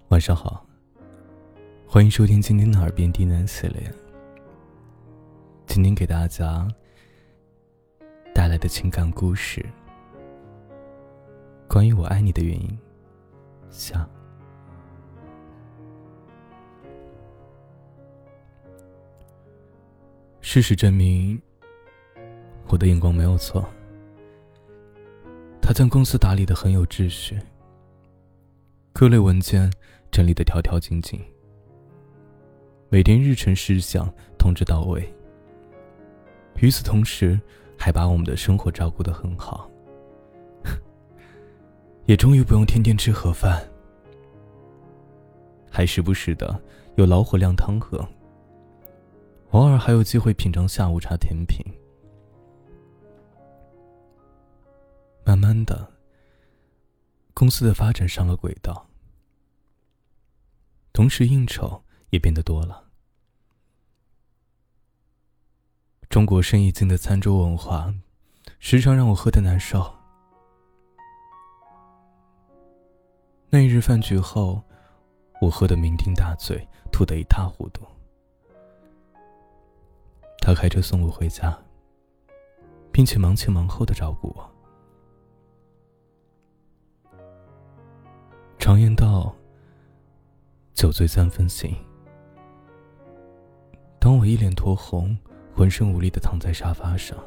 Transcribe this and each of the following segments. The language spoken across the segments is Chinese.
晚上好，欢迎收听今天的耳边低喃系列。今天给大家带来的情感故事，关于我爱你的原因下。事实证明，我的眼光没有错。他将公司打理得很有秩序，各类文件整理得条条紧紧，每天日程事项通知到位。与此同时，还把我们的生活照顾得很好，也终于不用天天吃盒饭，还时不时的有老火靓汤喝，偶尔还有机会品尝下午茶甜品。慢慢的，公司的发展上了轨道，同时应酬也变得多了。中国生意经的餐桌文化时常让我喝得难受。那一日饭局后，我喝得酩酊大醉，吐得一塌糊涂。他开车送我回家，并且忙前忙后的照顾我。常言道，酒醉三分醒。当我一脸酡红，浑身无力地躺在沙发上，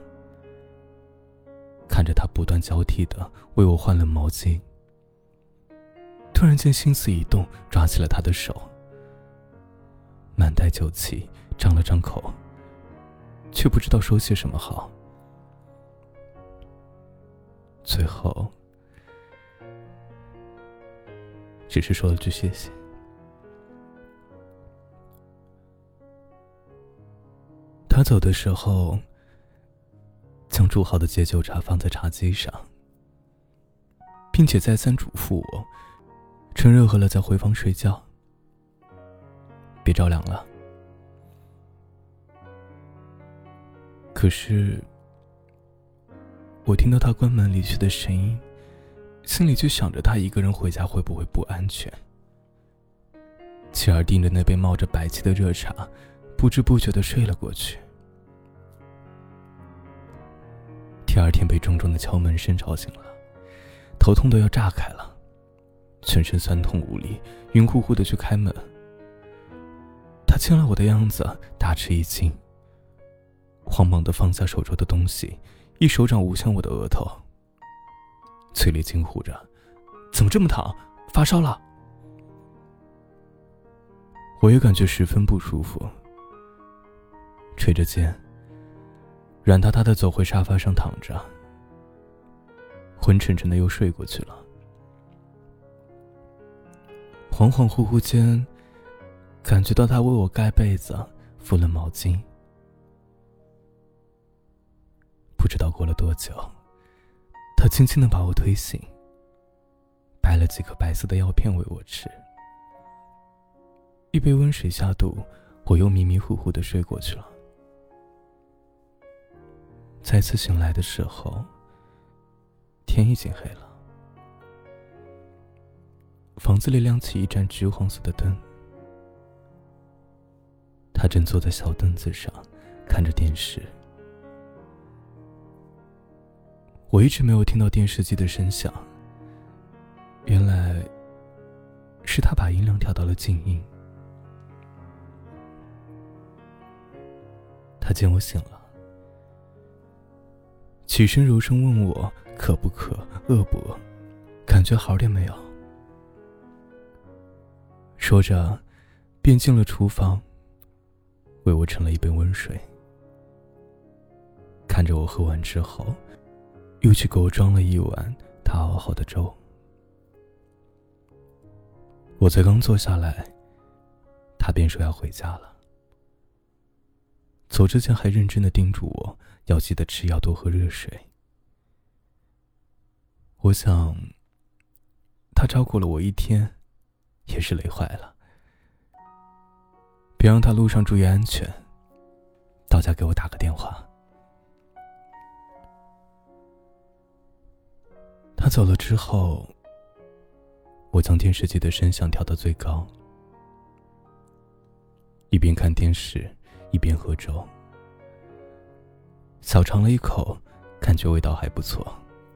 看着他不断交替地为我换冷毛巾，突然间心思一动，抓起了他的手，满带酒气，张了张口，却不知道说些什么好。最后只是说了句谢谢。他走的时候，将煮好的解酒茶放在茶几上，并且再三嘱咐我，趁热喝了再回房睡觉，别着凉了。可是，我听到他关门离去的声音，心里就想着他一个人回家会不会不安全，继而盯着那杯冒着白气的热茶，不知不觉地睡了过去。第二天被重重的敲门声吵醒了，头痛得要炸开了，全身酸痛无力，晕乎乎地去开门。他见了我的样子，大吃一惊，慌忙地放下手中的东西，一手掌捂向我的额头，嘴里惊呼着：“怎么这么烫？发烧了？”我也感觉十分不舒服，垂着肩，软塌塌地走回沙发上躺着，昏沉沉的又睡过去了。恍恍惚惚间，感觉到他为我盖被子，敷了毛巾。不知道过了多久，他轻轻地把我推醒，掰了几颗白色的药片喂我吃。一杯温水下肚，我又迷迷糊糊地睡过去了。再次醒来的时候，天已经黑了。房子里亮起一盏橘黄色的灯。他正坐在小凳子上，看着电视。我一直没有听到电视机的声响，原来是他把音量调到了静音。他见我醒了，起身柔声问我渴不渴，饿不饿，感觉好点没有。说着便进了厨房，为我盛了一杯温水。看着我喝完之后，又去给我装了一碗他熬好的粥。我才刚坐下来，他便说要回家了。走之前还认真地叮嘱我要记得吃药，多喝热水。我想，他照顾了我一天，也是累坏了。别让他路上注意安全，到家给我打个电话。他走了之后， 我将电视机的声响调到最高，一边看电视一边喝粥，小尝了一口，感觉味道还不错。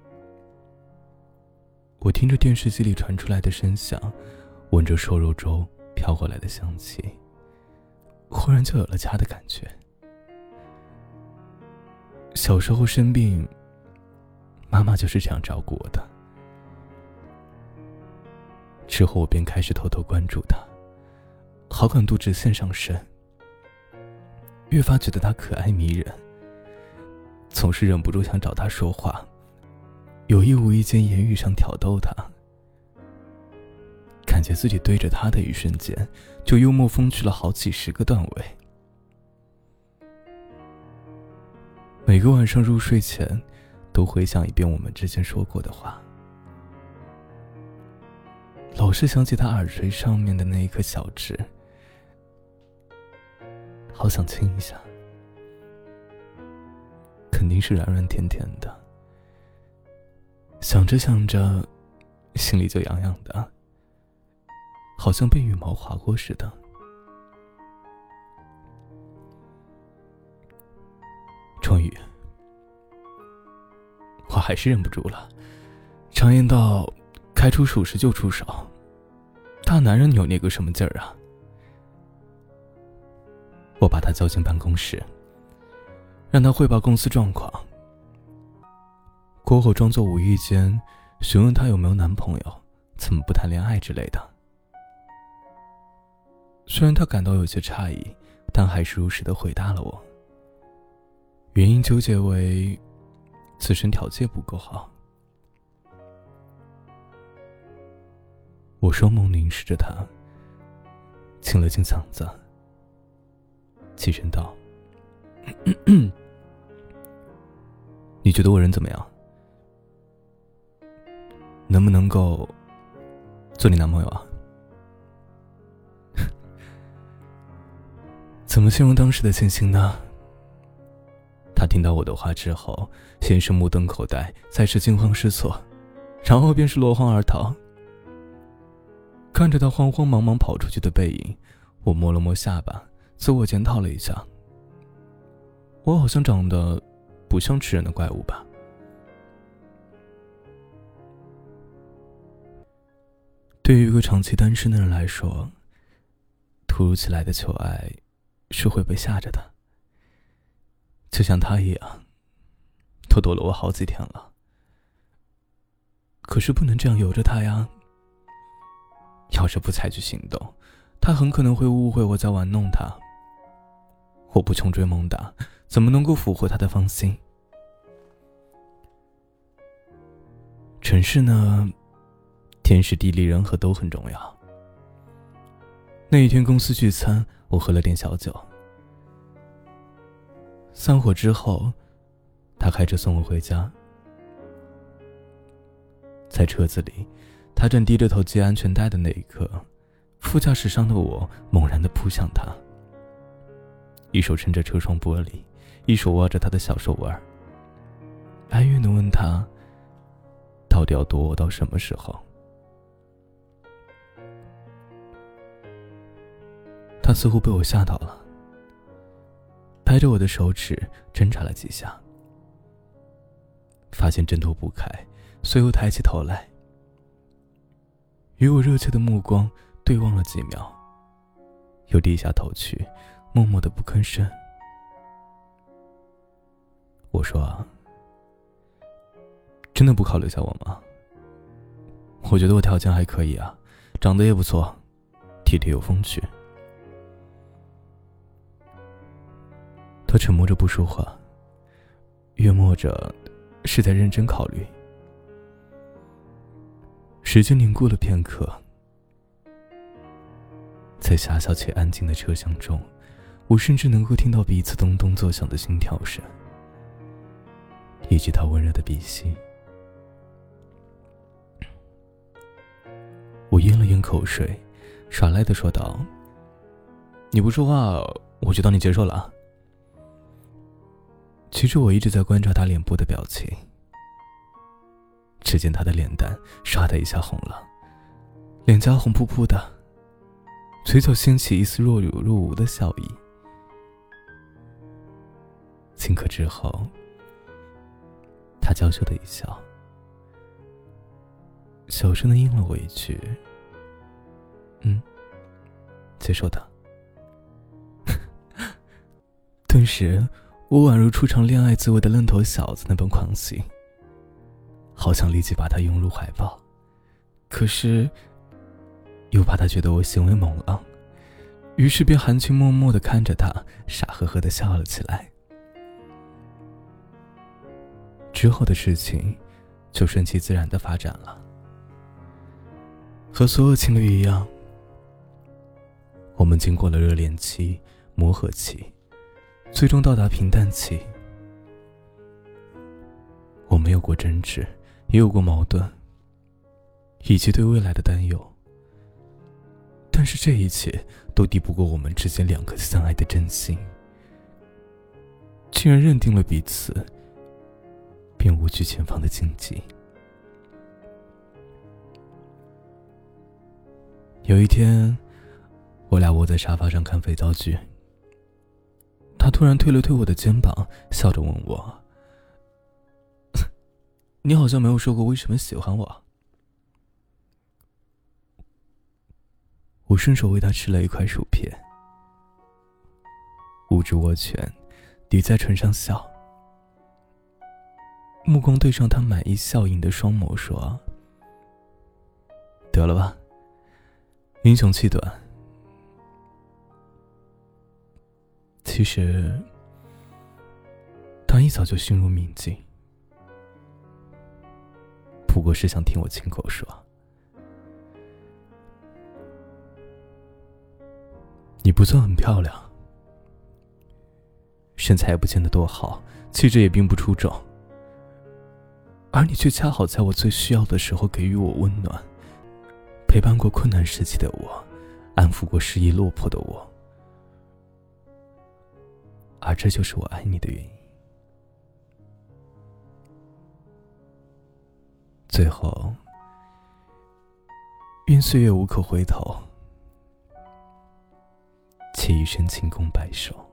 我听着电视机里传出来的声响，闻着瘦肉粥飘过来的香气，忽然就有了家的感觉。小时候生病，妈妈就是这样照顾我的。之后我便开始偷偷关注她，好感度直线上升，越发觉得她可爱迷人，总是忍不住想找她说话，有意无意间言语上挑逗她，感觉自己对着她的一瞬间，就幽默风趣了好几十个段位。每个晚上入睡前，都回想一遍我们之前说过的话，老是想起她耳垂上面的那一颗小痣，好想亲一下，肯定是软软甜甜的。想着想着，心里就痒痒的，好像被羽毛划过似的。终于，我还是忍不住了。常言道，该出手时就出手，大男人扭那个什么劲儿啊！我把他叫进办公室，让他汇报公司状况。过后装作无意间询问他有没有男朋友，怎么不谈恋爱之类的。虽然他感到有些诧异，但还是如实的回答了我。原因纠结为自身条件不够好。我双眸凝视着他，清了清嗓子，起身道：你觉得我人怎么样？能不能够做你男朋友啊？怎么形容当时的情形呢？他听到我的话之后，先是目瞪口呆，再是惊慌失措，然后便是落荒而逃。看着他慌慌忙忙跑出去的背影，我摸了摸下巴，自我检讨了一下。我好像长得不像吃人的怪物吧。对于一个长期单身的人来说，突如其来的求爱是会被吓着的。就像他一样，都躲了我好几天了。可是不能这样由着他呀。要是不采取行动，他很可能会误会我在玩弄他。我不穷追猛打，怎么能够俘获他的芳心？城市呢，天时地利人和都很重要。那一天公司聚餐，我喝了点小酒。散伙之后，他开车送我回家。在车子里，他正低着头系安全带的那一刻，副驾驶上的我猛然地扑向他，一手撑着车窗玻璃，一手握着他的小手腕，哀怨地问他，到底要躲我到什么时候？他似乎被我吓到了，拍着我的手指挣扎了几下，发现挣脱不开，随后抬起头来，与我热切的目光对望了几秒，又低下头去，默默的不吭声。我说，真的不考虑下我吗？我觉得我条件还可以啊，长得也不错，体贴有风趣。他沉默着不说话，约摸着是在认真考虑。时间凝固了片刻，在狭小且安静的车厢中，我甚至能够听到彼此咚咚作响的心跳声，以及他温热的鼻息。我咽了咽口水，耍赖地说道：你不说话，我就当你接受了啊。其实我一直在观察他脸部的表情，只见他的脸蛋唰的一下红了， 脸颊红扑扑的，嘴角掀起一丝若有若无的笑意。顷刻之后，他娇羞的一笑，小声的应了我一句：“接受的。”顿时，我宛如初尝恋爱滋味的愣头小子那般狂喜，好想立即把他拥入怀抱，可是又怕他觉得我行为猛浪，于是便含情脉脉地看着他，傻呵呵地笑了起来。之后的事情就顺其自然地发展了，和所有情侣一样，我们经过了热恋期、磨合期，最终到达平淡期。我们有过争执，也有过矛盾，以及对未来的担忧，但是这一切都抵不过我们之间两颗相爱的真心，竟然认定了彼此，便无惧前方的荆棘。有一天，我俩窝在沙发上看肥皂剧，他突然推了推我的肩膀，笑着问我：“你好像没有说过为什么喜欢我。”我顺手为他吃了一块薯片，捂着握拳，抵在唇上笑，目光对上他满意笑意的双眸，说：“得了吧，英雄气短。”其实他一早就心如明镜，不过是想听我亲口说。你不算很漂亮，身材也不见得多好，气质也并不出众，而你却恰好在我最需要的时候给予我温暖，陪伴过困难时期的我，安抚过失意落魄的我，而这就是我爱你的原因。最后，愿岁月无可回头，且一生清空白首。